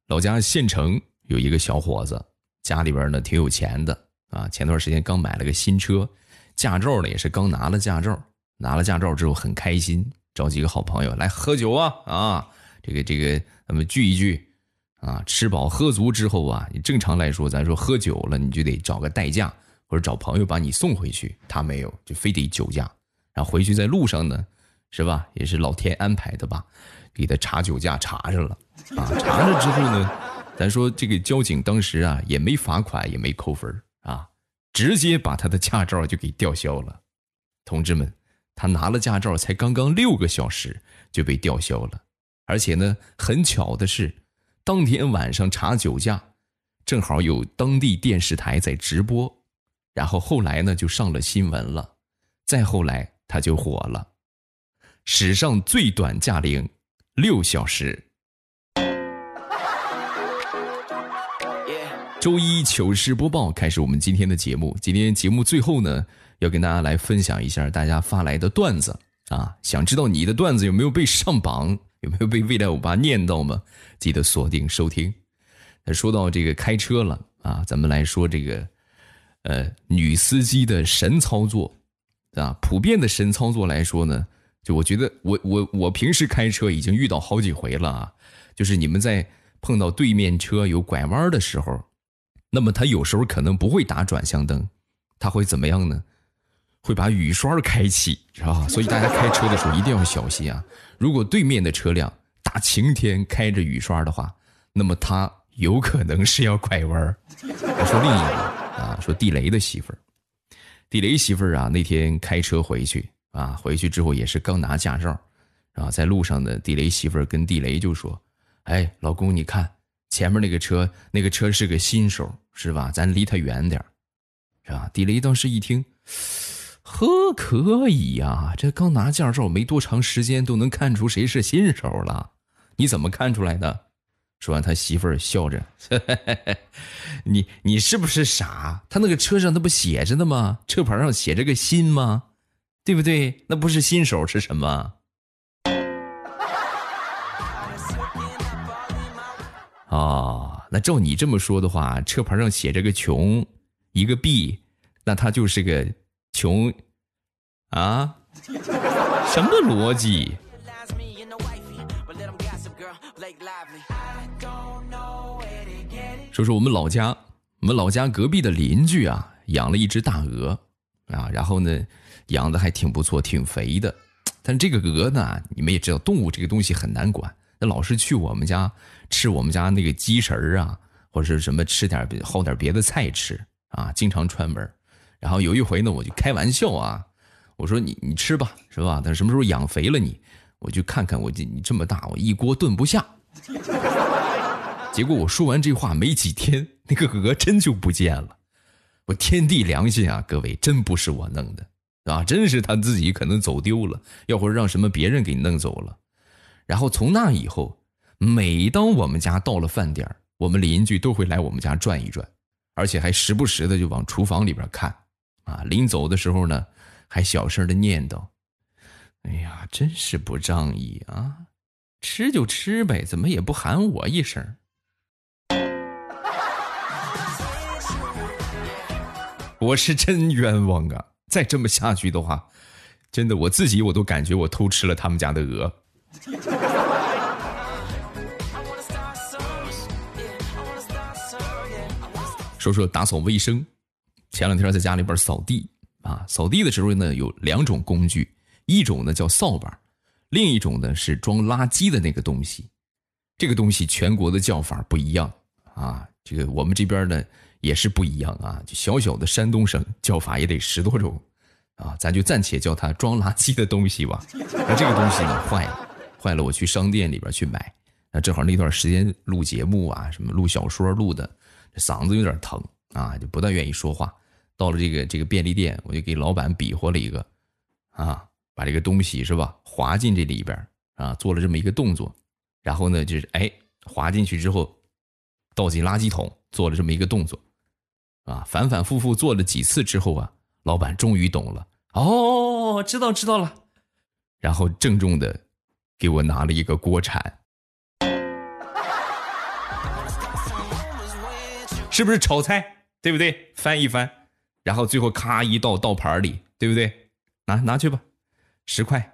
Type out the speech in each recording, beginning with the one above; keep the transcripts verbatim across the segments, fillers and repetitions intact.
老家县城有一个小伙子，家里边呢挺有钱的啊，前段时间刚买了个新车，驾照呢也是刚拿了驾照，拿了驾照之后很开心，找几个好朋友来喝酒啊啊，这个这个咱们聚一聚啊，吃饱喝足之后啊，你正常来说咱说喝酒了你就得找个代驾或者找朋友把你送回去，他没有，就非得酒驾，然后回去在路上呢是吧，也是老天安排的吧，给他查酒驾查着了啊，查着之后呢，咱说这个交警当时啊也没罚款也没扣分啊，直接把他的驾照就给吊销了。同志们，他拿了驾照才刚刚六个小时就被吊销了，而且呢很巧的是当天晚上查酒驾正好有当地电视台在直播，然后后来呢就上了新闻了，再后来他就火了，史上最短驾龄六小时。周一糗事播报开始我们今天的节目，今天节目最后呢要跟大家来分享一下大家发来的段子啊，想知道你的段子有没有被上榜，有没有被未来欧巴念到吗？记得锁定收听。那说到这个开车了啊，咱们来说这个呃女司机的神操作啊，普遍的神操作来说呢，就我觉得我我我平时开车已经遇到好几回了啊，就是你们在碰到对面车有拐弯的时候，那么他有时候可能不会打转向灯，他会怎么样呢？会把雨刷开启，是吧？所以大家开车的时候一定要小心啊！如果对面的车辆大晴天开着雨刷的话，那么他有可能是要拐弯。我说另一个啊，说地雷的媳妇儿，地雷媳妇儿啊，那天开车回去啊，回去之后也是刚拿驾照啊，在路上的地雷媳妇儿跟地雷就说：“哎，老公，你看前面那个车，那个车是个新手，是吧？咱离他远点，是吧？”地雷当时一听，呵，可以呀，这刚拿驾照没多长时间，都能看出谁是新手了。你怎么看出来的？说完，他媳妇儿笑着，呵呵呵，你你是不是傻？他那个车上那不写着的吗？车牌上写着个新吗？对不对？那不是新手是什么？哦，那照你这么说的话，车牌上写着个穷，一个 B， 那他就是个穷啊？什么逻辑？说说我们老家，我们老家隔壁的邻居啊，养了一只大鹅啊，然后呢，养的还挺不错，挺肥的。但这个鹅呢，你们也知道，动物这个东西很难管。那老是去我们家吃我们家那个鸡食儿啊，或者是什么吃点薅点别的菜吃啊，经常串门。然后有一回呢，我就开玩笑啊，我说你你吃吧，是吧？等什么时候养肥了你，我就看看我你这么大，我一锅炖不下。结果我说完这话没几天，那个鹅真就不见了。我天地良心啊，各位，真不是我弄的啊，真是他自己可能走丢了，要或者让什么别人给弄走了。然后从那以后，每当我们家到了饭点，我们邻居都会来我们家转一转，而且还时不时的就往厨房里边看啊。临走的时候呢，还小声的念叨：“哎呀，真是不仗义啊！吃就吃呗，怎么也不喊我一声。”我是真冤枉啊！再这么下去的话，真的我自己我都感觉我偷吃了他们家的鹅。说说打扫卫生，前两天在家里边扫地啊，扫地的时候呢有两种工具，一种呢叫扫把，另一种呢是装垃圾的那个东西。这个东西全国的叫法不一样啊，这个我们这边呢也是不一样啊，就小小的山东省叫法也得十多种啊，咱就暂且叫它装垃圾的东西吧。那这个东西呢坏了，坏了，我去商店里边去买，那正好那段时间录节目啊，什么录小说录的，嗓子有点疼啊，就不大愿意说话。到了这个这个便利店，我就给老板比划了一个啊，把这个东西是吧滑进这里边啊，做了这么一个动作，然后呢就是哎滑进去之后倒进垃圾桶，做了这么一个动作啊，反反复复做了几次之后啊，老板终于懂了，哦，知道知道了，然后郑重的给我拿了一个锅铲。 是不是炒菜？对不对？翻一翻，然后最后咔一倒倒盘里，对不对？拿拿去吧，十块。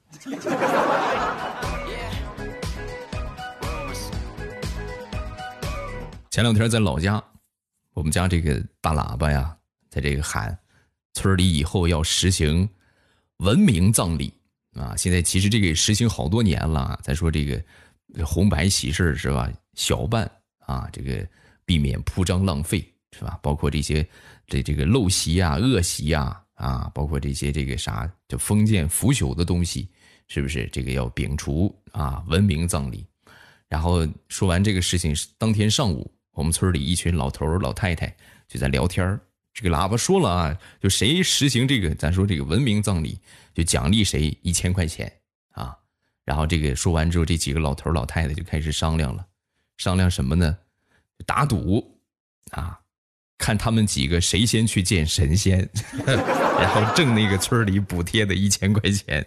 前两天在老家，我们家这个大喇叭呀，在这个喊，村里以后要实行文明葬礼啊。现在其实这个也实行好多年了。再说这个红白喜事是吧？小办啊，这个避免铺张浪费是吧？包括这些这这个陋习啊、恶习啊啊，包括这些这个啥就封建腐朽的东西，是不是？这个要摒除啊，文明葬礼。然后说完这个事情，当天上午。我们村里一群老头老太太就在聊天，这个喇叭说了啊，就谁实行这个，咱说这个文明葬礼，就奖励谁一千块钱啊。然后这个说完之后，这几个老头老太太就开始商量了，商量什么呢？打赌啊，看他们几个谁先去见神仙，然后挣那个村里补贴的一千块钱。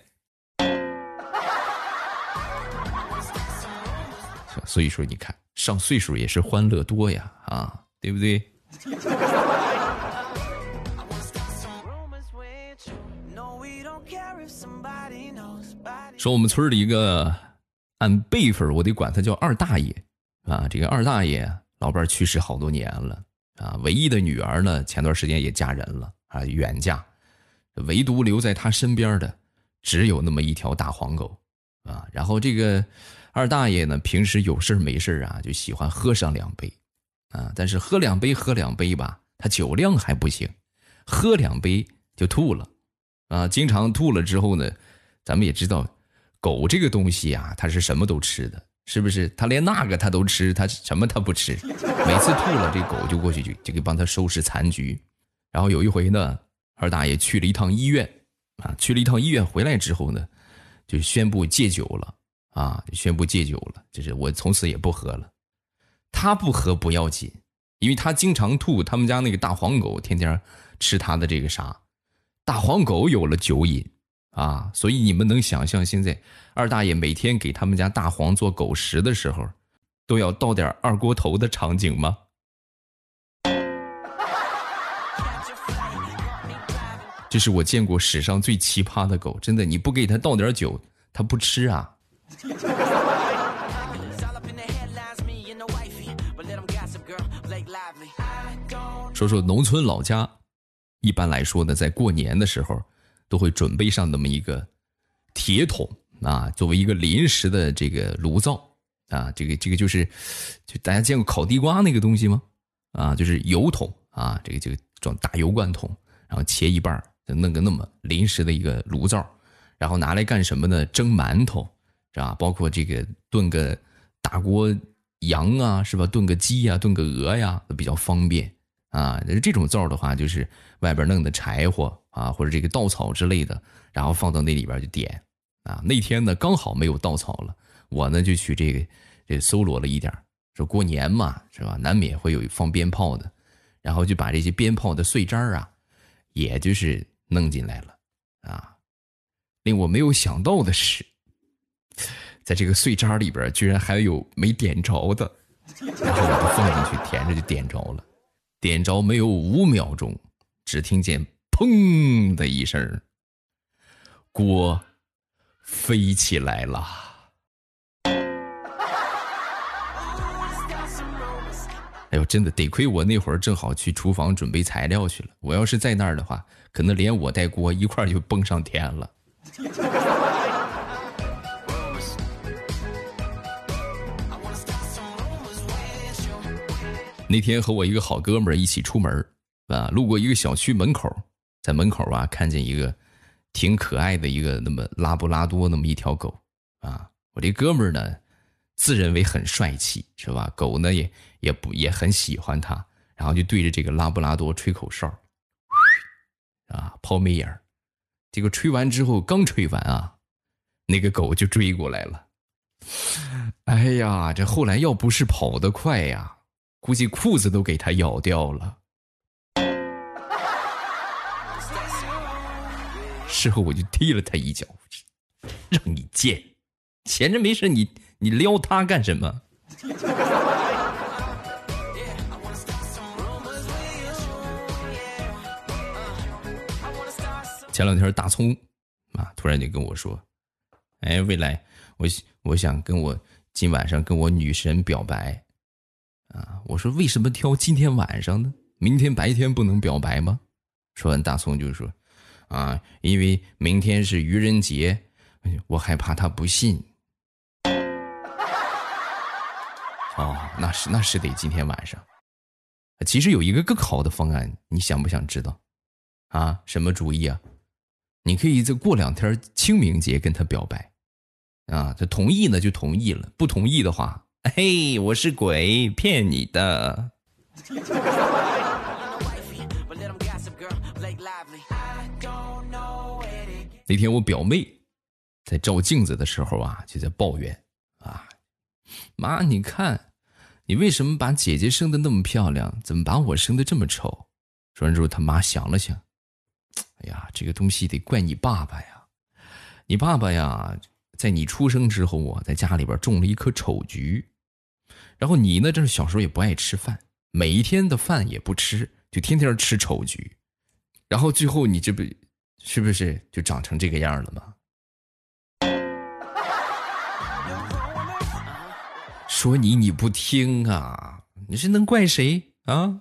所以说，你看。上岁数也是欢乐多呀，啊，对不对？说我们村里一个按辈分，我得管他叫二大爷啊。这个二大爷老伴去世好多年了啊，唯一的女儿呢，前段时间也嫁人了啊，远嫁，唯独留在他身边的只有那么一条大黄狗啊。然后这个。二大爷呢，平时有事没事啊，就喜欢喝上两杯，啊，但是喝两杯喝两杯吧，他酒量还不行，喝两杯就吐了，啊，经常吐了之后呢，咱们也知道，狗这个东西啊，它是什么都吃的，是不是？它连那个它都吃，它什么它不吃？每次吐了，这狗就过去就就给帮他收拾残局。然后有一回呢，二大爷去了一趟医院，啊，去了一趟医院回来之后呢，就宣布戒酒了。啊，就宣布戒酒了，就是我从此也不喝了。他不喝不要紧，因为他经常吐，他们家那个大黄狗天天吃他的这个啥，大黄狗有了酒瘾啊，所以你们能想象现在二大爷每天给他们家大黄做狗食的时候，都要倒点二锅头的场景吗？这是我见过史上最奇葩的狗，真的，你不给他倒点酒，他不吃啊。说说农村老家，一般来说呢，在过年的时候都会准备上那么一个铁桶啊，作为一个临时的这个炉灶啊，这个这个就是就大家见过烤地瓜那个东西吗？啊，就是油桶啊，这个这个装大油罐桶，然后切一半，就弄个那么临时的一个炉灶，然后拿来干什么呢？蒸馒头。是吧？包括这个炖个大锅羊啊，是吧？炖个鸡呀、啊，炖个鹅呀，都比较方便啊。这种灶的话，就是外边弄的柴火啊，或者这个稻草之类的，然后放到那里边就点啊。那天呢，刚好没有稻草了，我呢就去这个这搜罗了一点，说过年嘛，是吧？难免会有放鞭炮的，然后就把这些鞭炮的碎渣啊，也就是弄进来了啊。令我没有想到的是。在这个碎渣里边居然还有没点着的，然后我就放进去填着就点着了，点着没有五秒钟，只听见砰的一声，锅飞起来了。哎呦，真的得亏我那会儿正好去厨房准备材料去了，我要是在那儿的话，可能连我带锅一块就蹦上天了。那天和我一个好哥们儿一起出门啊，路过一个小区门口，在门口啊看见一个挺可爱的一个那么拉布拉多那么一条狗啊，我这哥们儿呢自认为很帅气是吧？狗呢也也不也很喜欢他，然后就对着这个拉布拉多吹口哨，啊抛媚眼儿，结果吹完之后刚吹完啊，那个狗就追过来了。哎呀，这后来要不是跑得快呀，估计裤子都给他咬掉了。事后我就踢了他一脚，让你贱，闲着没事你你撩他干什么？ 前两天大葱啊，突然就跟我说：“哎，未来，我我想跟我今晚上跟我女神表白。”啊，我说为什么挑今天晚上呢？明天白天不能表白吗？说完，大葱就说：“啊，因为明天是愚人节，我害怕他不信。”哦，那是那是得今天晚上。其实有一个更好的方案，你想不想知道？啊，什么主意啊？你可以再过两天清明节跟他表白，啊，他同意呢就同意了，不同意的话，嘿，我是鬼，骗你的。那天我表妹在照镜子的时候啊，就在抱怨啊，妈，你看，你为什么把姐姐生得那么漂亮，怎么把我生得这么丑？说完之后，他妈想了想，哎呀，这个东西得怪你爸爸呀，你爸爸呀，在你出生之后啊，在家里边种了一棵丑菊，然后你呢，这小时候也不爱吃饭，每一天的饭也不吃，就天天吃丑菊，然后最后你这不是不是就长成这个样了吗？说你你不听啊，你是能怪谁啊？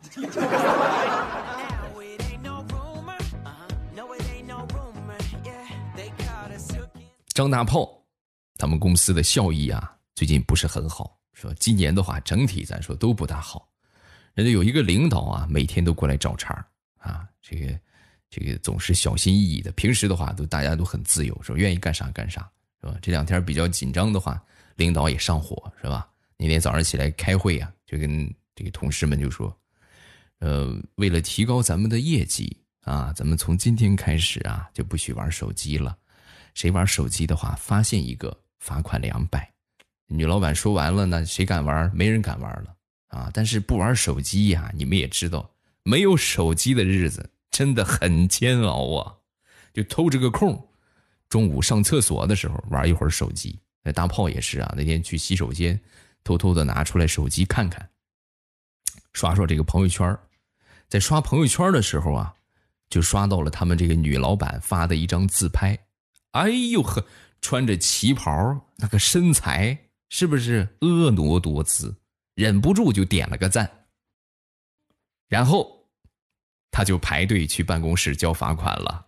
张大炮他们公司的效益啊最近不是很好，说今年的话整体咱说都不大好。人家有一个领导啊，每天都过来找茬啊，这个这个总是小心翼翼的，平时的话都大家都很自由，说愿意干啥干啥，是吧？这两天比较紧张的话，领导也上火，是吧？那天早上起来开会啊，就跟这个同事们就说，呃，为了提高咱们的业绩啊，咱们从今天开始啊，就不许玩手机了。谁玩手机的话，发现一个罚款两百。女老板说完了呢，谁敢玩？没人敢玩了啊！但是不玩手机呀、啊，你们也知道，没有手机的日子真的很煎熬啊。就偷着个空，中午上厕所的时候玩一会儿手机。那大炮也是啊，那天去洗手间，偷偷的拿出来手机看看，刷刷这个朋友圈。在刷朋友圈的时候啊，就刷到了他们这个女老板发的一张自拍。哎呦呵，穿着旗袍，那个身材是不是婀娜多姿？忍不住就点了个赞。然后他就排队去办公室交罚款了。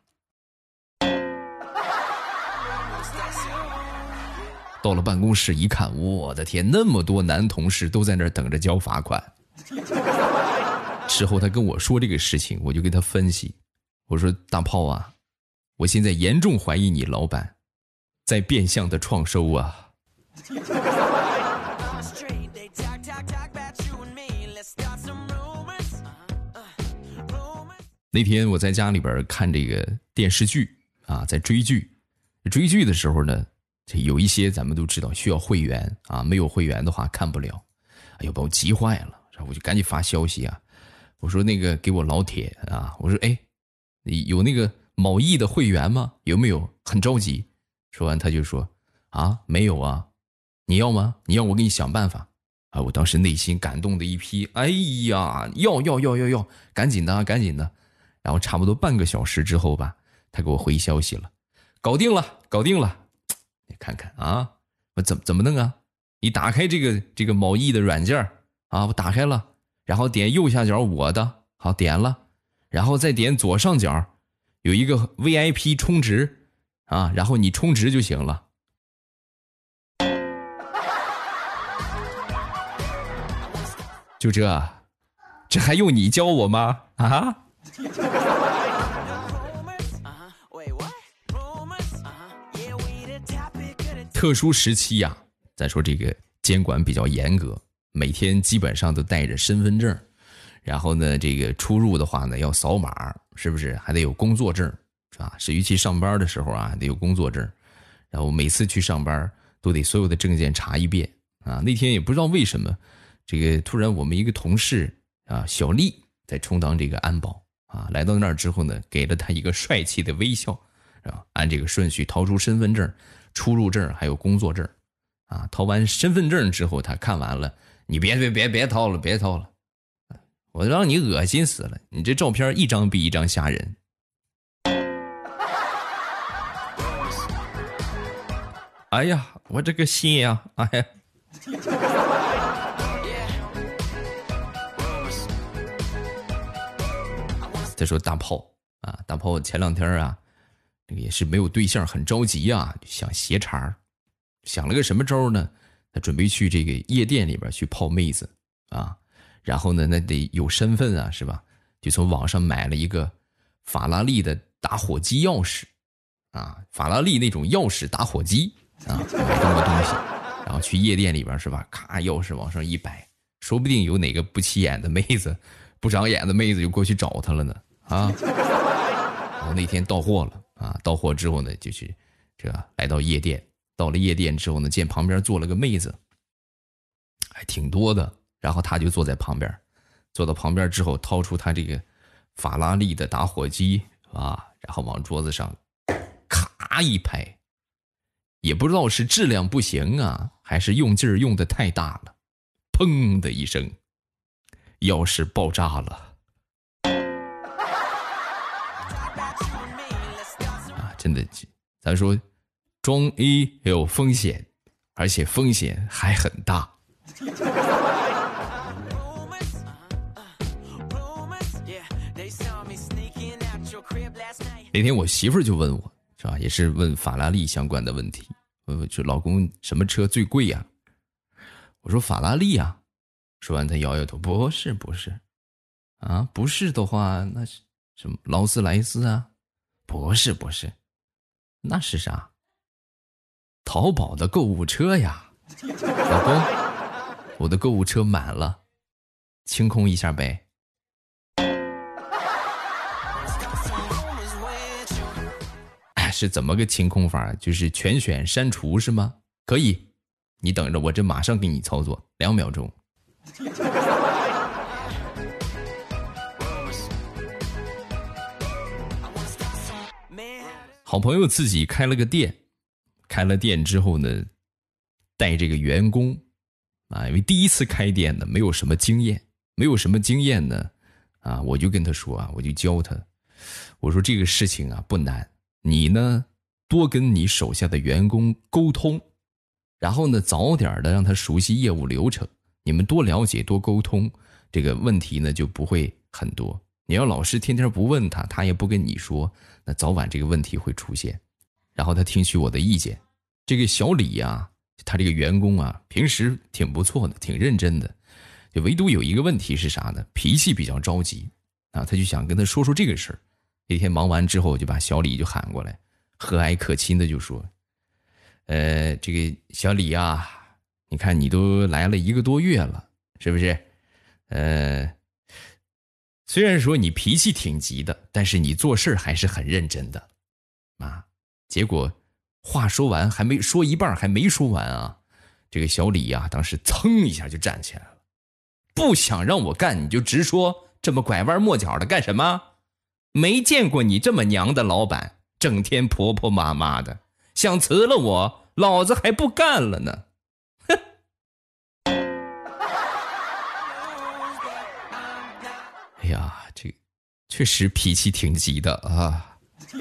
到了办公室一看，我的天，那么多男同事都在那儿等着交罚款。事后他跟我说这个事情，我就跟他分析，我说大炮啊，我现在严重怀疑你老板在变相的创收啊。那天我在家里边看这个电视剧啊，在追剧，追剧的时候呢，这有一些咱们都知道需要会员啊，没有会员的话看不了。哎呦，把我急坏了，然后我就赶紧发消息啊，我说那个给我老铁啊，我说哎，你有那个某易的会员吗？有没有？很着急。说完他就说啊，没有啊，你要吗？你要我给你想办法啊！我当时内心感动的一批，哎呀，要要要要要，赶紧的啊，赶紧的。然后差不多半个小时之后吧，他给我回消息了，搞定了，搞定了。你看看啊，我怎么怎么弄啊？你打开这个这个某易的软件啊，我打开了，然后点右下角我的，好点了，然后再点左上角有一个 V I P 充值啊，然后你充值就行了。就这，这还用你教我吗？啊？特殊时期呀、啊，再说这个监管比较严格，每天基本上都带着身份证，然后呢，这个出入的话呢要扫码，是不是？还得有工作证，是吧？是尤其上班的时候啊，得有工作证，然后每次去上班都得所有的证件查一遍啊。那天也不知道为什么，这个突然我们一个同事啊，小丽在充当这个安保啊，来到那儿之后呢，给了他一个帅气的微笑，啊，按这个顺序掏出身份证、出入证还有工作证，啊，掏完身份证之后，他看完了，你别别别别掏了，别掏了，我让你恶心死了！你这照片一张比一张吓人。 哎呀，我这个心呀，哎呀。再说大炮啊，大炮前两天啊，这个也是没有对象，很着急啊，就想斜茬，想了个什么招呢？他准备去这个夜店里边去泡妹子啊，然后呢，那得有身份啊，是吧？就从网上买了一个法拉利的打火机钥匙啊，法拉利那种钥匙打火机啊，买这么个东西，然后去夜店里边是吧？咔，钥匙往上一摆，说不定有哪个不起眼的妹子、不长眼的妹子就过去找他了呢啊！然后那天到货了啊，到货之后呢，就是这来到夜店，到了夜店之后呢，见旁边坐了个妹子，还挺多的，然后他就坐在旁边。坐到旁边之后，掏出他这个法拉利的打火机啊，然后往桌子上咔一拍，也不知道是质量不行啊，还是用劲儿用的太大了，砰的一声，钥匙爆炸了。啊，真的，咱说装 A 有风险，而且风险还很大。那天我媳妇儿就问我，是吧？也是问法拉利相关的问题。我说老公，什么车最贵呀？我说法拉利啊。说完他摇摇头，不是不是，啊，不是的话，那是什么劳斯莱斯啊？不是不是，那是啥？淘宝的购物车呀。老公，我的购物车满了，清空一下呗。是怎么个清空法？就是全选删除是吗？可以，你等着，我这马上给你操作，两秒钟。好朋友自己开了个店，开了店之后呢，带这个员工啊，因为第一次开店呢，没有什么经验，没有什么经验呢，啊，我就跟他说啊，我就教他，我说这个事情啊不难。你呢，多跟你手下的员工沟通，然后呢，早点的让他熟悉业务流程。你们多了解、多沟通，这个问题呢就不会很多。你要老是天天不问他，他也不跟你说，那早晚这个问题会出现。然后他听取我的意见，这个小李啊，他这个员工啊，平时挺不错的，挺认真的，就唯独有一个问题是啥呢？脾气比较着急啊，他就想跟他说说这个事儿。那天忙完之后，就把小李就喊过来，和蔼可亲的就说：“呃，这个小李啊，你看你都来了一个多月了，是不是？呃，虽然说你脾气挺急的，但是你做事还是很认真的，啊。结果话说完还没说一半，还没说完啊，这个小李啊，当时噌一下就站起来了，不想让我干你就直说，这么拐弯抹角的干什么？”没见过你这么娘的老板，整天婆婆妈妈的，想辞了我，老子还不干了呢！哼！哎呀，这确实脾气挺急的啊。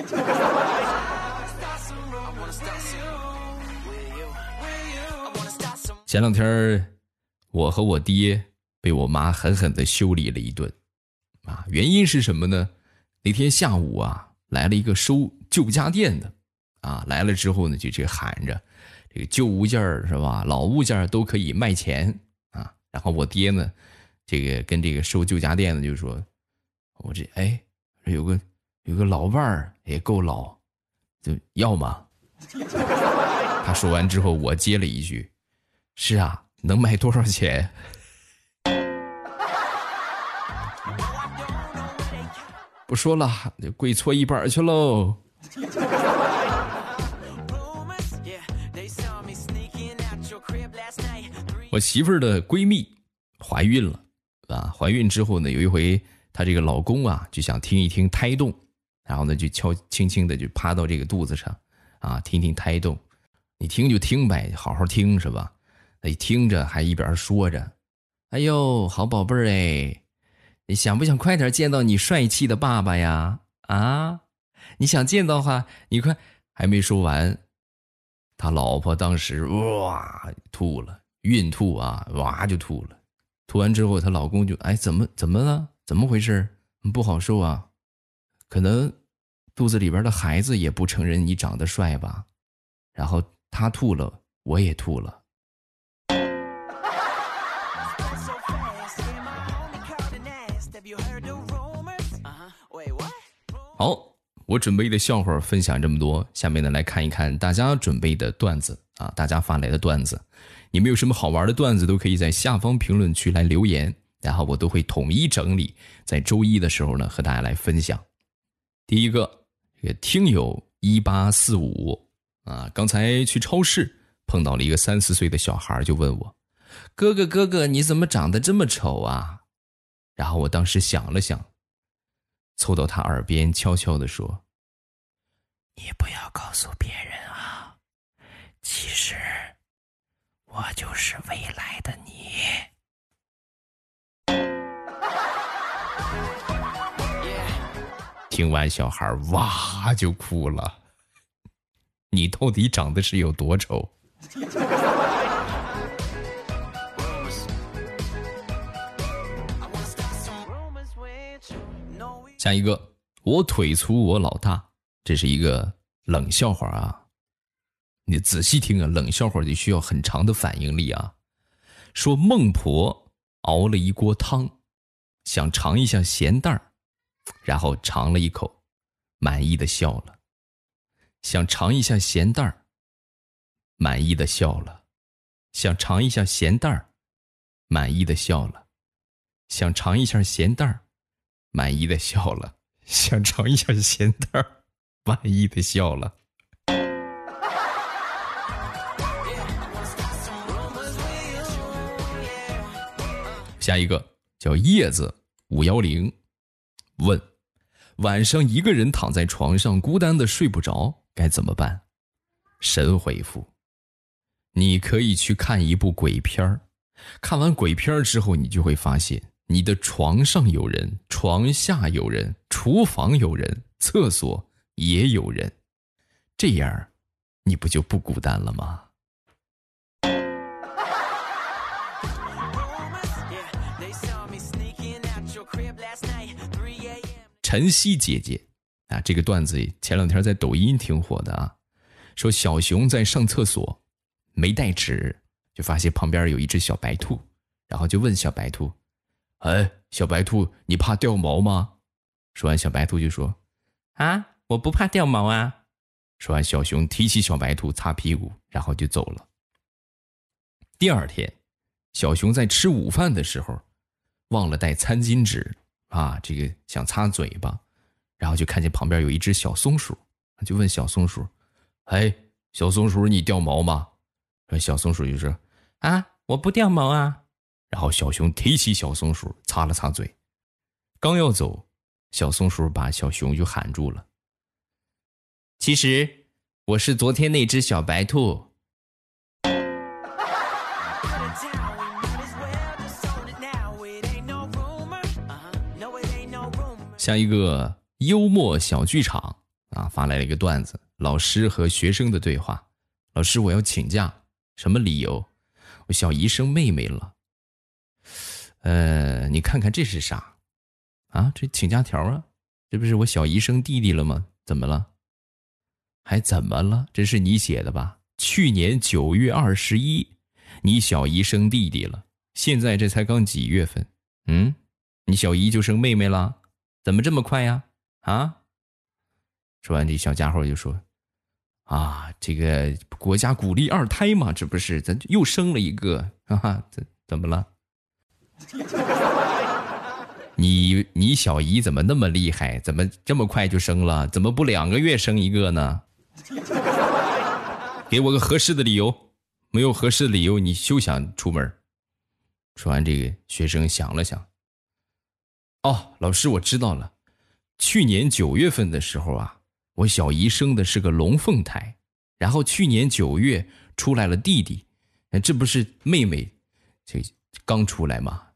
前两天我和我爹被我妈狠狠地修理了一顿啊，原因是什么呢？那天下午啊，来了一个收旧家电的，啊，来了之后呢，就这喊着，这个旧物件是吧，老物件都可以卖钱啊。然后我爹呢，这个跟这个收旧家电的就说，我这哎，有个有个老伴儿也够老，就要吗？他说完之后，我接了一句，是啊，能卖多少钱？不说了，就跪搓衣板去喽。我媳妇儿的闺蜜怀孕了啊，怀孕之后呢，有一回她这个老公啊就想听一听胎动，然后呢就悄轻轻的就趴到这个肚子上啊，听听胎动。你听就听呗，好好听是吧？那听着还一边说着，哎呦好宝贝儿哎，你想不想快点见到你帅气的爸爸呀？啊，你想见到的话，你快还没说完， 他老婆当时哇吐了，孕吐啊，哇就吐了。吐完之后，她老公就哎怎么怎么了？怎么回事？不好受啊？可能肚子里边的孩子也不承认你长得帅吧。然后他吐了，我也吐了。好，我准备的笑话分享这么多，下面呢来看一看大家准备的段子啊，大家发来的段子，你们有什么好玩的段子都可以在下方评论区来留言，然后我都会统一整理，在周一的时候呢和大家来分享。第一个，这个听友一八四五啊，刚才去超市碰到了一个三四岁的小孩，就问我：“哥哥哥哥，你怎么长得这么丑啊？”然后我当时想了想，凑到他耳边悄悄地说：“你不要告诉别人啊，其实我就是未来的你。”听完小孩哇就哭了。你到底长得是有多丑？下一个，我腿粗我老大，这是一个冷笑话啊。你仔细听啊，冷笑话得需要很长的反应力啊。说孟婆熬了一锅汤，想尝一下咸淡儿，然后尝了一口，满意的笑了。想尝一下咸淡儿，满意的笑了。想尝一下咸淡儿，满意的笑了。想尝一下咸淡儿，满意的笑了。想尝一下咸淡儿，满意的笑了。下一个叫叶子五一零，问：晚上一个人躺在床上孤单的睡不着该怎么办？神回复：你可以去看一部鬼片儿，看完鬼片儿之后，你就会发现你的床上有人，床下有人，厨房有人，厕所也有人，这样你不就不孤单了吗？晨曦姐姐啊，这个段子前两天在抖音挺火的啊。说小熊在上厕所没带纸，就发现旁边有一只小白兔，然后就问小白兔：哎，小白兔，你怕掉毛吗？说完小白兔就说：啊，我不怕掉毛啊。说完小熊提起小白兔擦屁股，然后就走了。第二天，小熊在吃午饭的时候忘了带餐巾纸啊，这个想擦嘴巴，然后就看见旁边有一只小松鼠，就问小松鼠：哎，小松鼠，你掉毛吗？小松鼠就说：啊，我不掉毛啊。然后小熊提起小松鼠擦了擦嘴，刚要走，小松鼠把小熊就喊住了：其实我是昨天那只小白兔。下一个幽默小剧场啊，发来了一个段子：老师和学生的对话。老师，我要请假，什么理由？我小姨生妹妹了。呃，你看看这是啥？啊，这请假条啊，这不是我小姨生弟弟了吗？怎么了？还怎么了？这是你写的吧？去年九月二十一，你小姨生弟弟了，现在这才刚几月份？嗯，你小姨就生妹妹了？怎么这么快呀？啊！说完这小家伙就说：啊，这个国家鼓励二胎嘛，这不是咱又生了一个，哈哈，怎怎么了？你你小姨怎么那么厉害？怎么这么快就生了？怎么不两个月生一个呢？给我个合适的理由，没有合适的理由，你休想出门。说完这个，学生想了想。哦，老师，我知道了。去年九月份的时候啊，我小姨生的是个龙凤胎，然后去年九月出来了弟弟，这不是妹妹这刚出来吗？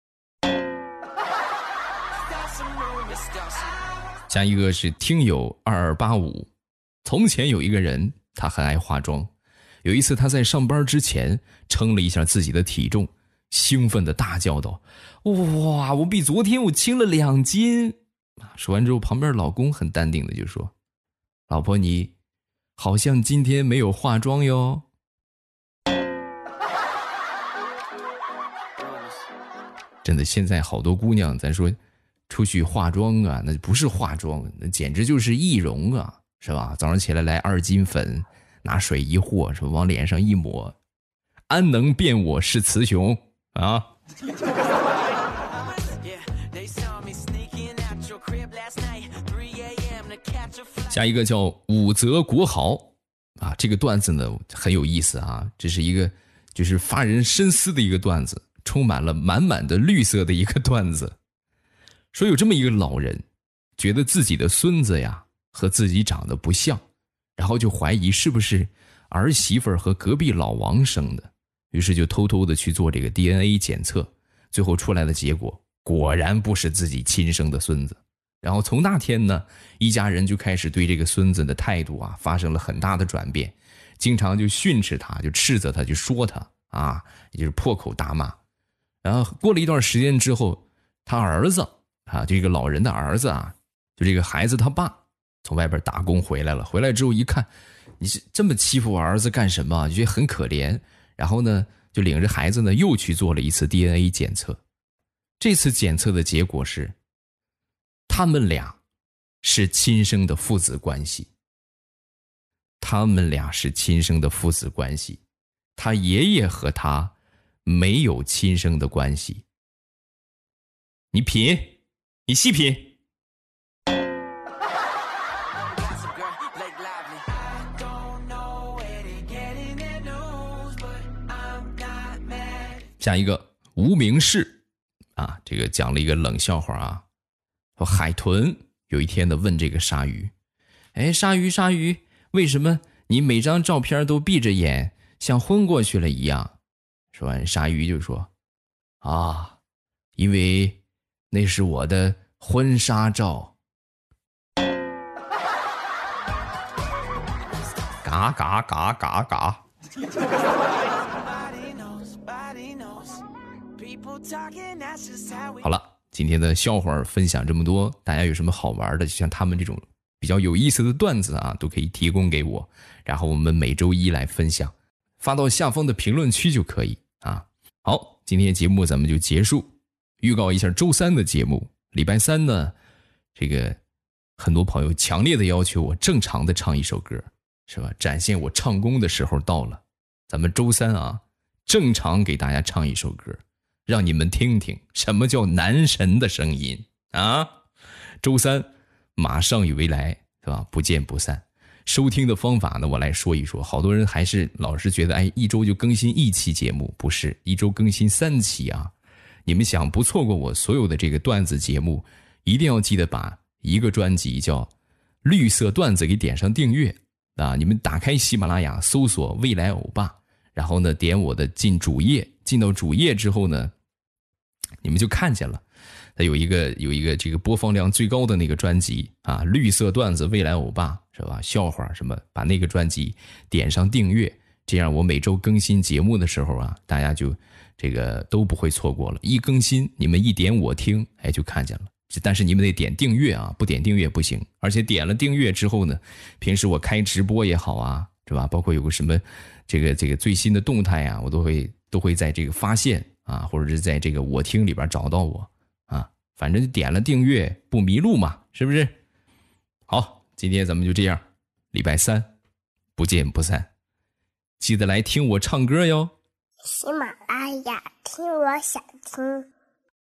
下一个是听友二二八五。从前有一个人，他很爱化妆， 有一次他在上班之前称了一下自己的体重，兴奋地大叫道：哇，我比昨天我轻了两斤。说完之后，旁边老公很淡定的就说：老婆，你好像今天没有化妆哟。真的，现在好多姑娘咱说出去化妆啊，那不是化妆，那简直就是易容啊，是吧？早上起来来二斤粉，拿水一和，是吧？往脸上一抹，安能辨我是雌雄啊？下一个叫武则国豪啊，这个段子呢很有意思啊，这是一个就是发人深思的一个段子，充满了满满的绿色的一个段子。说有这么一个老人，觉得自己的孙子呀和自己长得不像，然后就怀疑是不是儿媳妇和隔壁老王生的，于是就偷偷的去做这个 D N A 检测，最后出来的结果果然不是自己亲生的孙子。然后从那天呢，一家人就开始对这个孙子的态度啊发生了很大的转变，经常就训斥他，就斥责他，就说他啊，也就是破口大骂。然后过了一段时间之后，他儿子啊，这个老人的儿子啊，就这个孩子他爸从外边打工回来了，回来之后一看，你是这么欺负我儿子干什么？就觉得很可怜。然后呢，就领着孩子呢又去做了一次 D N A 检测。这次检测的结果是，他们俩是亲生的父子关系。他们俩是亲生的父子关系，他爷爷和他没有亲生的关系。你品，你细品。下一个无名氏啊，这个讲了一个冷笑话啊，说海豚有一天的问这个鲨鱼：哎，鲨鱼鲨鱼，为什么你每张照片都闭着眼，像昏过去了一样？说完，鲨鱼就说：啊，因为那是我的婚纱照。嘎嘎嘎嘎嘎。好了，今天的笑话分享这么多，大家有什么好玩的，就像他们这种比较有意思的段子啊，都可以提供给我，然后我们每周一来分享，发到下方的评论区就可以啊。好，今天节目咱们就结束，预告一下周三的节目。礼拜三呢，这个很多朋友强烈的要求我正常的唱一首歌，是吧？展现我唱功的时候到了，咱们周三啊，正常给大家唱一首歌，让你们听听什么叫男神的声音啊！周三马上与未来，是吧？不见不散。收听的方法呢，我来说一说。好多人还是老是觉得，哎，一周就更新一期节目，不是，一周更新三期啊！你们想不错过我所有的这个段子节目，一定要记得把一个专辑叫《绿色段子》给点上订阅啊！你们打开喜马拉雅，搜索未来欧巴，然后呢，点我的进主页，进到主页之后呢，你们就看见了，它有一个有一个这个播放量最高的那个专辑啊，绿色段子未来欧巴，是吧？笑话什么，把那个专辑点上订阅，这样我每周更新节目的时候啊，大家就这个都不会错过了。一更新，你们一点我听，哎，就看见了。但是你们得点订阅啊，不点订阅不行。而且点了订阅之后呢，平时我开直播也好啊，是吧？包括有个什么这个这个最新的动态啊，我都会都会在这个发现啊，或者是在这个我听里边找到我啊。反正点了订阅不迷路嘛，是不是？好，今天咱们就这样，礼拜三不见不散，记得来听我唱歌哟。 喜马拉雅，听我想听。